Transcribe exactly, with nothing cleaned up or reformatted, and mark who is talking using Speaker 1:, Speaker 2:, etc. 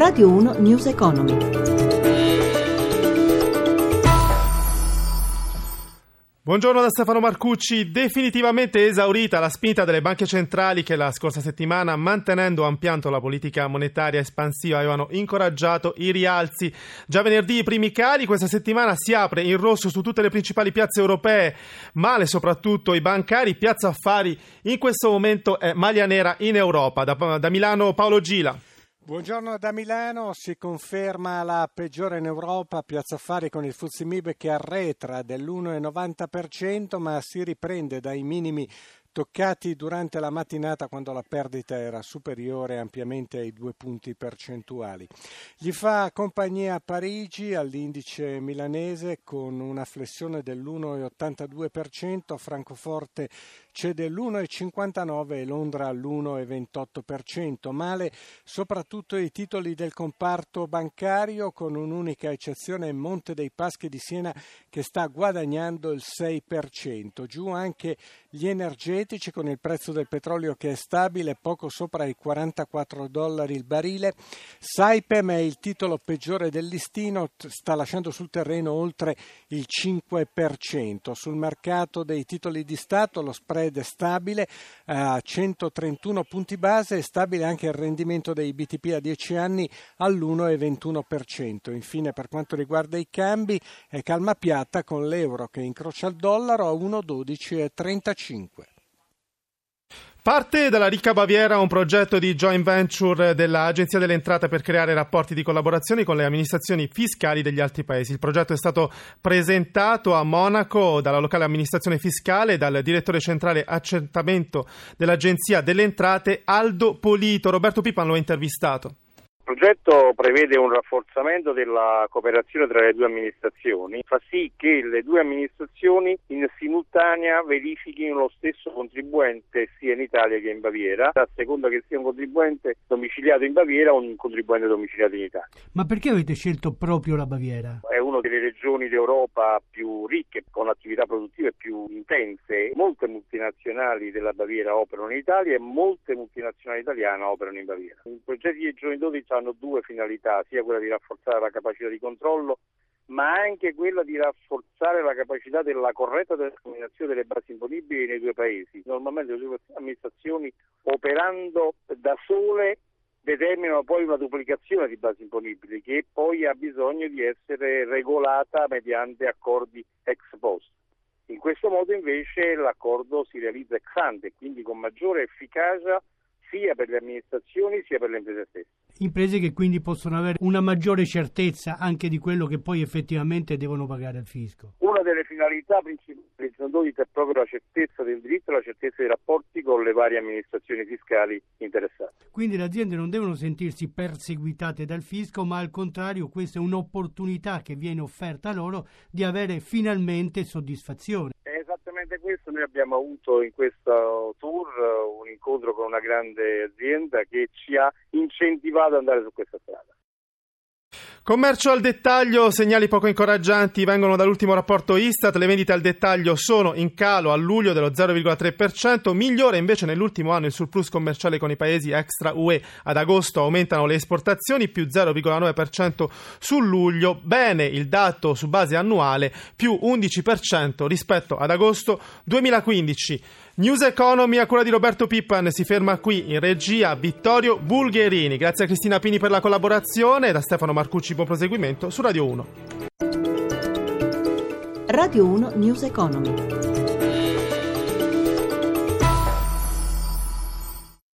Speaker 1: Radio uno News Economy.
Speaker 2: Buongiorno da Stefano Marcucci. Definitivamente esaurita la spinta delle banche centrali che la scorsa settimana, mantenendo a impianto la politica monetaria espansiva, avevano incoraggiato i rialzi. Già venerdì i primi cali, questa settimana si apre in rosso su tutte le principali piazze europee, male soprattutto i bancari. Piazza Affari in questo momento è maglia nera in Europa. Da, da Milano Paolo Gila.
Speaker 3: Buongiorno da Milano, si conferma la peggiore in Europa, Piazza Affari con il F T S E MIB che arretra dell'uno virgola novanta per cento ma si riprende dai minimi toccati durante la mattinata quando la perdita era superiore ampiamente ai due punti percentuali. Gli fa compagnia a Parigi all'indice milanese con una flessione dell'uno virgola ottantadue per cento, Francoforte cede l'uno virgola cinquantanove per cento e Londra l'uno virgola ventotto per cento. Male soprattutto i titoli del comparto bancario, con un'unica eccezione Monte dei Paschi di Siena che sta guadagnando il sei per cento. Giù anche gli energetici con il prezzo del petrolio che è stabile, poco sopra i quarantaquattro dollari il barile. Saipem è il titolo peggiore del listino, sta lasciando sul terreno oltre il cinque per cento. Sul mercato dei titoli di Stato lo spread è stabile a centotrentuno punti base, è stabile anche il rendimento dei B T P a dieci anni all'uno virgola ventuno per cento. Infine, per quanto riguarda i cambi, è calma piatta con l'euro che incrocia il dollaro a uno virgola dodici e trentacinque.
Speaker 2: Parte dalla ricca Baviera un progetto di joint venture dell'Agenzia delle Entrate per creare rapporti di collaborazione con le amministrazioni fiscali degli altri paesi. Il progetto è stato presentato a Monaco dalla locale amministrazione fiscale e dal direttore centrale accertamento dell'Agenzia delle Entrate Aldo Polito. Roberto Pippan lo ha intervistato.
Speaker 4: Il progetto prevede un rafforzamento della cooperazione tra le due amministrazioni, fa sì che le due amministrazioni in simultanea verifichino lo stesso contribuente sia in Italia che in Baviera, a seconda che sia un contribuente domiciliato in Baviera o un contribuente domiciliato in Italia.
Speaker 5: Ma perché avete scelto proprio la Baviera?
Speaker 4: È una delle regioni d'Europa più ricche, con attività produttive più intense. Molte multinazionali della Baviera operano in Italia e molte multinazionali italiane operano in Baviera. I progetti di Joint dodici hanno due finalità, sia quella di rafforzare la capacità di controllo, ma anche quella di rafforzare la capacità della corretta determinazione delle basi imponibili nei due paesi. Normalmente le due amministrazioni, operando da sole, determinano poi una duplicazione di basi imponibili che poi ha bisogno di essere regolata mediante accordi ex post. In questo modo invece l'accordo si realizza ex ante, quindi con maggiore efficacia sia per le amministrazioni sia per le imprese stesse.
Speaker 5: Imprese che quindi possono avere una maggiore certezza anche di quello che poi effettivamente devono pagare al fisco.
Speaker 4: Una delle finalità principali del Joint dodici è proprio la certezza del diritto e la certezza dei rapporti con le varie amministrazioni fiscali interessate.
Speaker 5: Quindi le aziende non devono sentirsi perseguitate dal fisco, ma al contrario questa è un'opportunità che viene offerta loro di avere finalmente soddisfazione.
Speaker 4: È esattamente questo. Noi abbiamo avuto in questo tour un incontro con una grande azienda che ci ha incentivato ad andare su questa strada.
Speaker 2: Commercio al dettaglio, segnali poco incoraggianti vengono dall'ultimo rapporto Istat. Le vendite al dettaglio sono in calo a luglio dello zero virgola tre per cento, migliore invece nell'ultimo anno il surplus commerciale con i paesi extra U E. Ad agosto aumentano le esportazioni, più zero virgola nove per cento su luglio, bene il dato su base annuale, più undici per cento rispetto ad agosto duemilaquindici. News Economy a cura di Roberto Pippan si ferma qui, in regia Vittorio Bulgherini. Grazie a Cristina Pini per la collaborazione, da Stefano Marcucci buon proseguimento su Radio uno.
Speaker 1: Radio uno News Economy.